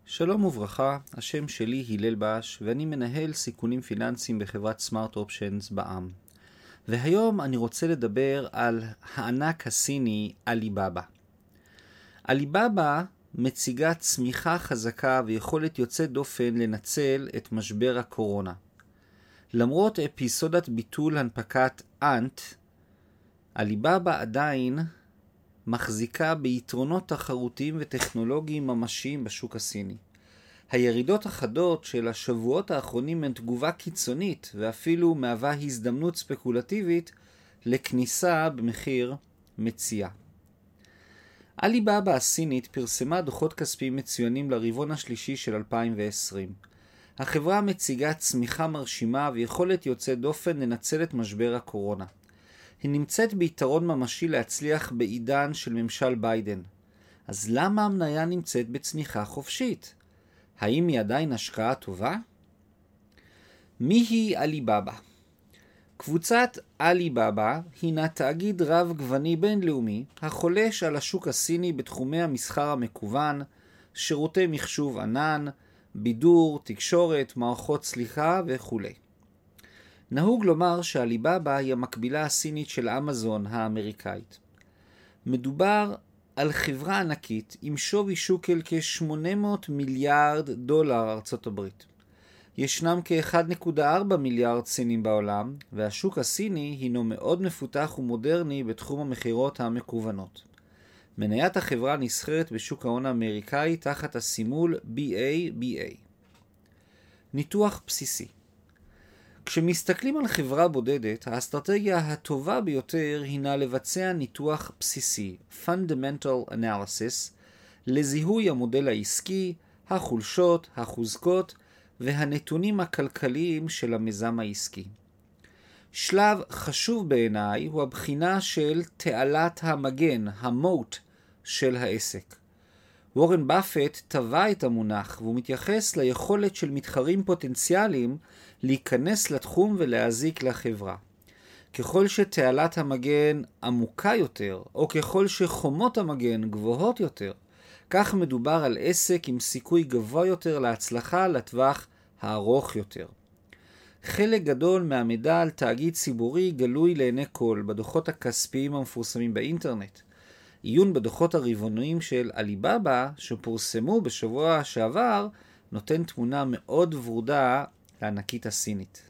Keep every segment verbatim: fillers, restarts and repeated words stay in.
שלום וברכה, השם שלי הלל בש ואני מנהל סיכונים פיננסיים בחברת סמארט אופשנס בע"מ. והיום אני רוצה לדבר על הענק הסיני עליבאבא. עליבאבא מציגה צמיחה חזקה ויכולת יוצאת דופן לנצל את משבר הקורונה. למרות אפיסודת ביטול הנפקת אנט, עליבאבא עדיין מחזיקה ביתרונות תחרותיים וטכנולוגיים ממשיים בשוק הסיני. הירידות החדות של השבועות האחרונים הן תגובה קיצונית ואפילו מהווה הזדמנות ספקולטיבית לכניסה במחיר מציאה. עליבאבא הסינית פרסמה דוחות כספיים מצוינים לרבעון השלישי של אלפיים ועשרים. החברה מציגה צמיחה מרשימה ויכולת יוצאת דופן לנצל את משבר הקורונה. היא נמצאת ביתרון ממשי להצליח בעידן של ממשל ביידן. אז למה המניה נמצאת בצניחה חופשית? האם היא עדיין השקעה טובה? מיהי עליבאבא? קבוצת עליבאבא הינה תאגיד רב גווני בינלאומי החולש על השוק הסיני בתחומי המסחר המקוון, שירותי מחשוב ענן, בידור, תקשורת, מערכות סליקה וכו'. נהוג לומר שעליבאבא היא המקבילה הסינית של אמזון האמריקאית. מדובר על חברה ענקית עם שווי שוק של כ-שמונה מאות מיליארד דולר ארצות הברית. ישנם כ-אחד נקודה ארבע מיליארד סינים בעולם, והשוק הסיני הינו מאוד מפותח ומודרני בתחום המחירות המקוונות. מניית החברה נסחרת בשוק ההון האמריקאי תחת הסימול בי איי בי איי. ניתוח בסיסי. כשמסתכלים על חברה בודדת, האסטרטגיה הטובה ביותר הינה לבצע ניתוח בסיסי, Fundamental Analysis, לזיהוי המודל העסקי, החולשות, החוזקות והנתונים הכלכליים של המיזם העסקי. שלב חשוב בעיניי הוא הבחינה של תעלת המגן, המוט של העסק. וורן באפט טבע את המונח והוא מתייחס ליכולת של מתחרים פוטנציאליים להיכנס לתחום ולהזיק לחברה. ככל שתעלת המגן עמוקה יותר, או ככל שחומות המגן גבוהות יותר, כך מדובר על עסק עם סיכוי גבוה יותר להצלחה לטווח הארוך יותר. חלק גדול מהמידע על תאגיד ציבורי גלוי לעיני כל בדוחות הכספיים המפורסמים באינטרנט. עיון בדוחות הרבעוניים של עליבאבא שפורסמו בשבוע שעבר נותן תמונה מאוד ורודה לענקית הסינית.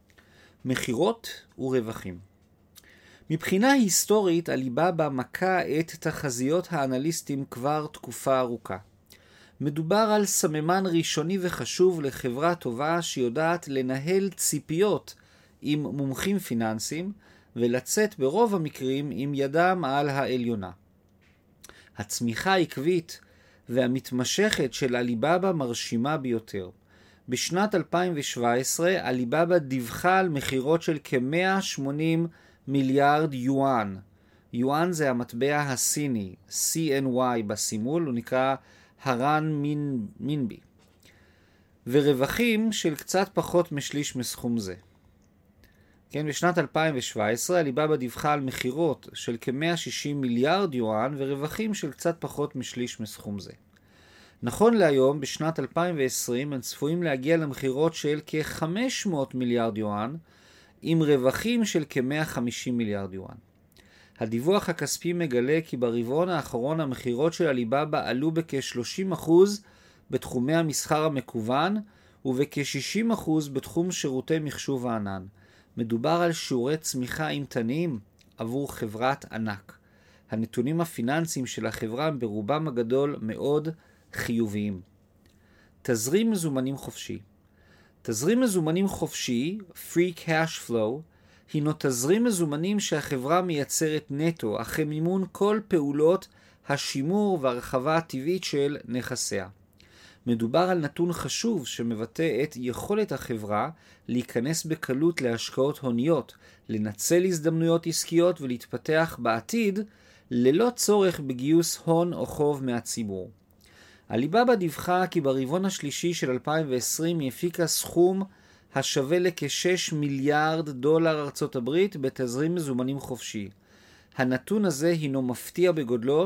מחירות ורווחים. מבחינה היסטורית עליבאבא מכה את תחזיות האנליסטים כבר תקופה ארוכה. מדובר על סממן ראשוני וחשוב לחברה טובה שיודעת לנהל ציפיות עם מומחים פיננסיים ולצאת ברוב המקרים עם ידם על העליונה. הצמיחה העקבית והמתמשכת של עליבאבא מרשימה ביותר. בשנת אלפיים שבע עשרה עליבאבא דיווחה על מחירות של כ-מאה ושמונים מיליארד יואן. יואן זה המטבע הסיני, סי אן וואי בסימול, הוא נקרא הרן מין, מינבי. ורווחים של קצת פחות משליש מסכום זה. כן, בשנת אלפיים שבע עשרה עליבאבא דיווחה על מחירות של כ-מאה ושישים מיליארד יואן ורווחים של קצת פחות משליש מסכום זה. נכון להיום, בשנת אלפיים ועשרים, הם צפויים להגיע למחירות של כ-חמש מאות מיליארד יואן, עם רווחים של כ-מאה וחמישים מיליארד יואן. הדיווח הכספי מגלה כי ברבעון האחרון המחירות של עליבאבא עלו בכ-שלושים אחוז בתחומי המסחר המקוון, ובכ-שישים אחוז בתחום שירותי מחשוב הענן. מדובר על שיעורי צמיחה אימתניים עבור חברת ענק. הנתונים הפיננסיים של החברה הם ברובם הגדול מאוד חיוביים. תזרים מזומנים חופשי. תזרים מזומנים חופשי, Free Cash Flow, הינו תזרים מזומנים שהחברה מייצרת נטו אחרי מימון כל פעולות השימור והרחבה הטבעית של נכסיה. מדובר על נתון חשוב שמבטא את יכולת החברה להיכנס בקלות להשקעות הוניות, לנצל הזדמנויות עסקיות ולהתפתח בעתיד ללא צורך בגיוס הון או חוב מהציבור. עליבאבא דיווחה כי ברבעון השלישי של אלפיים ועשרים היא הפיקה סכום השווה לכ-שישה מיליארד דולר ארצות הברית בתזרים מזומנים חופשי. הנתון הזה הינו מפתיע בגודלו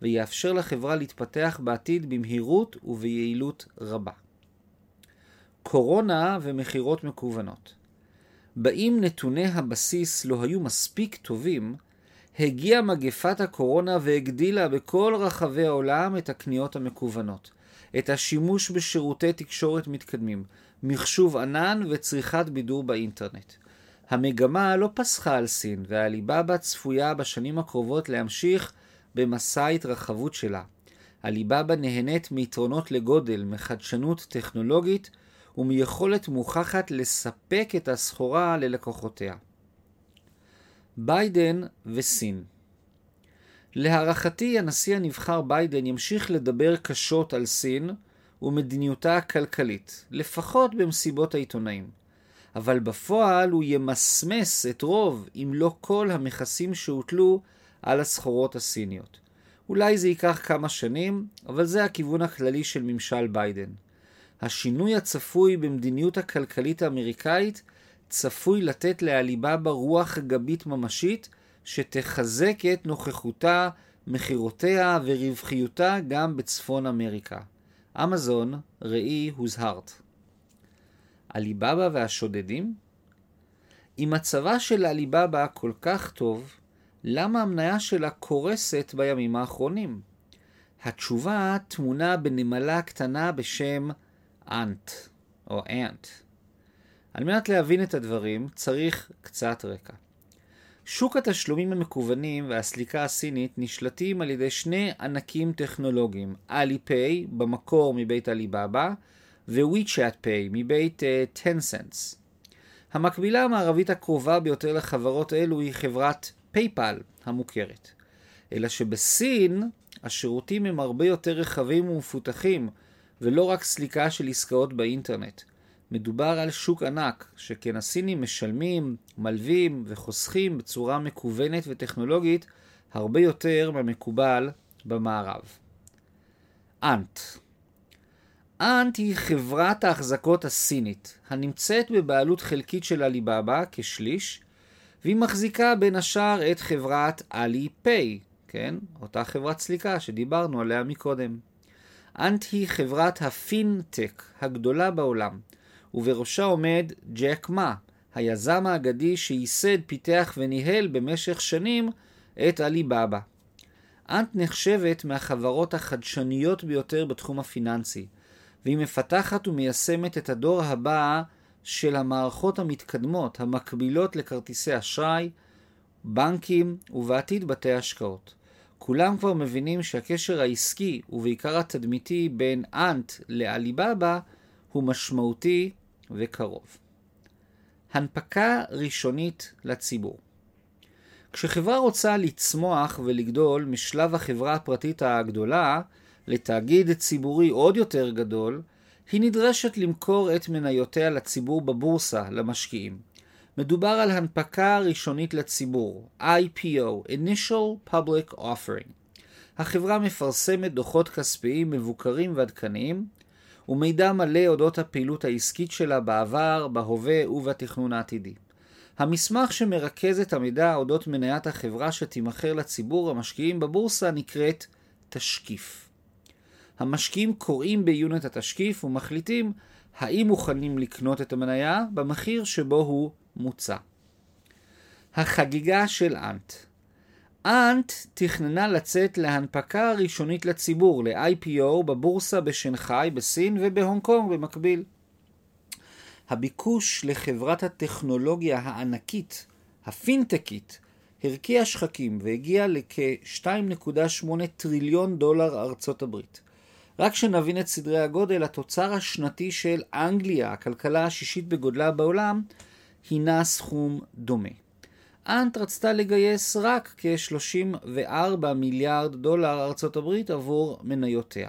ויאפשר לחברה להתפתח בעתיד במהירות וביעילות רבה. קורונה ומחירות מקוונות. באם נתוני הבסיס לא היו מספיק טובים, הגיעה מגפת הקורונה והגדילה בכל רחבי העולם את הקניות המקוונות, את השימוש בשירותי תקשורת מתקדמים, מחשוב ענן וצריכת בידור באינטרנט. המגמה לא פסחה על סין, והליבאבא צפויה בשנים הקרובות להמשיך במסע התרחבות שלה. הליבאבא נהנית מיתרונות לגודל, מחדשנות טכנולוגית ומיכולת מוכחת לספק את הסחורה ללקוחותיה. ביידן וסין. להערכתי, הנשיא הנבחר ביידן ימשיך לדבר קשות על סין ומדיניותה הכלכלית, לפחות במסיבות העיתונאים. אבל בפועל הוא ימסמס את רוב, אם לא כל, המכסים שהוטלו על הסחורות הסיניות. אולי זה ייקח כמה שנים, אבל זה הכיוון הכללי של ממשל ביידן. השינוי הצפוי במדיניות הכלכלית האמריקאית צפוי לתת לאליבאבא רוח גבית ממשית שתחזק את נוכחותה, מחירותיה ורווחיותה גם בצפון אמריקה. אמזון, ראי הוזהרת. אליבאבא והשודדים? אם מצבה של אליבאבא כל כך טוב, למה המניה שלה קורסת בימים האחרונים? התשובה תמונה בנמלה קטנה בשם אנט, או אנט. על מנת להבין את הדברים, צריך קצת רקע. שוק התשלומים המקוונים והסליקה הסינית נשלטים על ידי שני ענקים טכנולוגיים, אליפיי במקור מבית אליבאבא, וויצ'אט פיי מבית טנסנס. Uh, המקבילה המערבית הקרובה ביותר לחברות אלו היא חברת פייפל המוכרת. אלא שבסין השירותים הם הרבה יותר רחבים ומפותחים, ולא רק סליקה של עסקאות באינטרנט. מדובר על שוק ענק, שכן הסינים משלמים, מלווים וחוסכים בצורה מקוונת וטכנולוגית הרבה יותר מהמקובל במערב. אנט. אנט היא חברת ההחזקות הסינית, הנמצאת בבעלות חלקית של אליבאבא כשליש, והיא מחזיקה בין השאר את חברת אליפיי, כן? אותה חברת סליקה שדיברנו עליה מקודם. אנט היא חברת הפינטק הגדולה בעולם, ובראשה עומד ג'ק מה, היזם האגדי שייסד, פיתח וניהל במשך שנים את אליבאבא. אנט נחשבת מהחברות החדשניות ביותר בתחום הפיננסי, והיא מפתחת ומיישמת את הדור הבא של המערכות המתקדמות המקבילות לכרטיסי אשראי, בנקים ובעתיד בתי השקעות. כולם כבר מבינים שהקשר העסקי ובעיקר התדמיתי בין אנט לאליבאבא הוא משמעותי וקרוב. הנפקה ראשונית לציבור. כשחברה רוצה לצמוח ולגדול משלב החברה הפרטית הגדולה לתאגיד ציבורי עוד יותר גדול, היא נדרשת למכור את מניותיה לציבור בבורסה, למשקיעים. מדובר על הנפקה ראשונית לציבור, איי פי או, Initial Public Offering. החברה מפרסמת דוחות כספיים מבוקרים ועדכניים, ומידע מלא אודות הפעילות העסקית שלה בעבר, בהווה ובתכנון העתידי. המסמך שמרכז את המידע אודות מניית החברה שתימכר לציבור המשקיעים בבורסה נקראת תשקיף. המשקיעים קוראים בעיון את התשקיף ומחליטים האם מוכנים לקנות את המניה במחיר שבו הוא מוצע. החגיגה של אנט. אנט תכננה לצאת להנפקה ראשונית לציבור, ל-איי פי או, בבורסה בשנגחאי בסין ובהונג קונג במקביל. הביקוש לחברת הטכנולוגיה הענקית, הפינטקית, הרקיע שחקים והגיע לכ-שתיים נקודה שמונה טריליון דולר ארצות הברית. רק שנבין את סדרי הגודל, התוצר השנתי של אנגליה, הכלכלה השישית בגודלה בעולם, הינה סכום דומה. אנט רצתה לגייס רק כ-שלושים וארבעה מיליארד דולר ארצות הברית עבור מניותיה.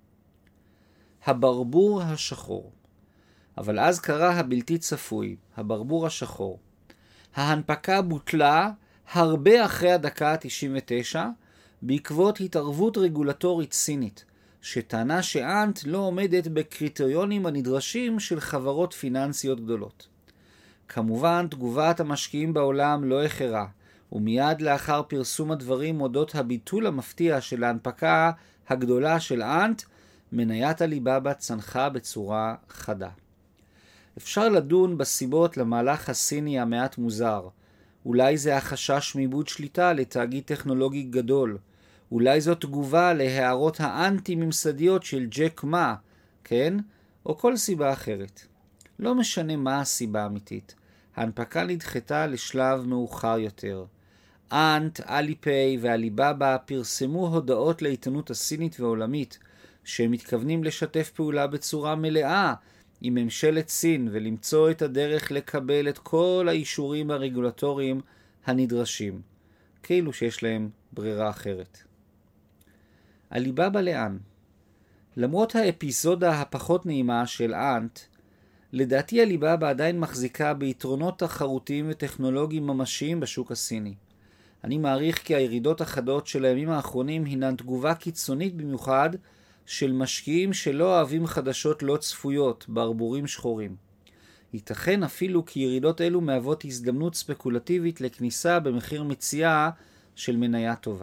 הברבור השחור. אבל אז קרה הבלתי צפוי, הברבור השחור. ההנפקה בוטלה הרבה אחרי הדקה ה-תשעים ותשע, בעקבות התערבות רגולטורית סינית, שטענה שאנט לא עומדת בקריטריונים הנדרשים של חברות פיננסיות גדולות. כמובן, תגובת המשקיעים בעולם לא איחרה, ומיד לאחר פרסום הדברים אודות הביטול המפתיע של ההנפקה הגדולה של אנט, מניית עליבאבא צנחה בצורה חדה. אפשר לדון בסיבות למהלך הסיני המעט מוזר. אולי זה החשש מאיבוד שליטה לתאגיד טכנולוגי גדול. אולי זו תגובה להערות האנטי-ממסדיות של ג'ק מה, כן? או כל סיבה אחרת. לא משנה מה הסיבה האמיתית. ההנפקה נדחתה לשלב מאוחר יותר. אנט, אליפיי ועליבאבא פרסמו הודעות לעיתונות הסינית והעולמית שהם מתכוונים לשתף פעולה בצורה מלאה עם ממשלת סין ולמצוא את הדרך לקבל את כל האישורים הרגולטוריים הנדרשים, כאילו שיש להם ברירה אחרת. עליבאבא לאן? למרות האפיזודה הפחות נעימה של אנט, לדעתי עליבאבא עדיין מחזיקה ביתרונות תחרותיים וטכנולוגיים ממשיים בשוק הסיני. אני מעריך כי הירידות החדות של הימים האחרונים הינן תגובה קיצונית במיוחד של משקיעים שלא אוהבים חדשות לא צפויות, ברבורים שחורים. ייתכן אפילו כי ירידות אלו מהוות הזדמנות ספקולטיבית לכניסה במחיר מציאה של מניה טובה.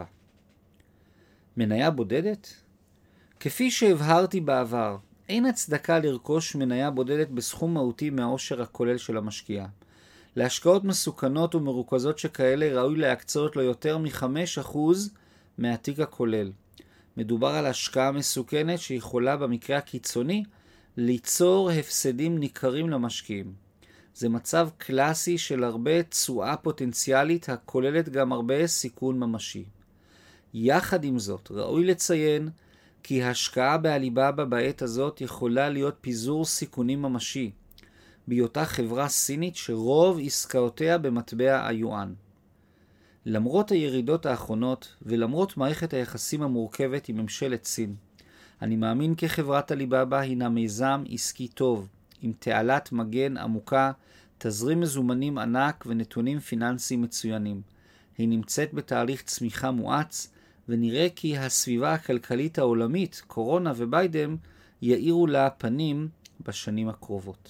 מניה בודדת? כפי שהבהרתי בעבר, אין הצדקה לרכוש מניה בודדת בסכום מהותי מהעושר הכולל של המשקיע. להשקעות מסוכנות ומרוכזות שכאלה ראוי להקצות לו יותר מ-חמישה אחוז מהתיק הכולל. מדובר על השקעה מסוכנת שיכולה במקרה הקיצוני ליצור הפסדים ניכרים למשקיעים. זה מצב קלאסי של הרבה תשואה פוטנציאלית הכוללת גם הרבה סיכון ממשי. יחד עם זאת, ראוי לציין כי השקעה בעליבאבא בעת הזאת יכולה להיות פיזור סיכונים ממשי, בהיותה חברה סינית שרוב עסקאותיה במטבע היואן. למרות הירידות האחרונות ולמרות מערכת היחסים המורכבת עם ממשלת סין, אני מאמין כי חברת עליבאבא הינה מיזם עסקי טוב, עם תעלת מגן עמוקה, תזרים מזומנים ענק ונתונים פיננסיים מצוינים. היא נמצאת בתהליך צמיחה מואץ, ונראה כי הסביבה הכלכלית העולמית, קורונה וביידן, יאירו לה פנים בשנים הקרובות.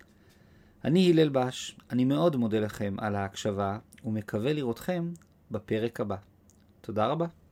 אני הלל בש, אני מאוד מודה לכם על ההקשבה, ומקווה לראותכם בפרק הבא. תודה רבה.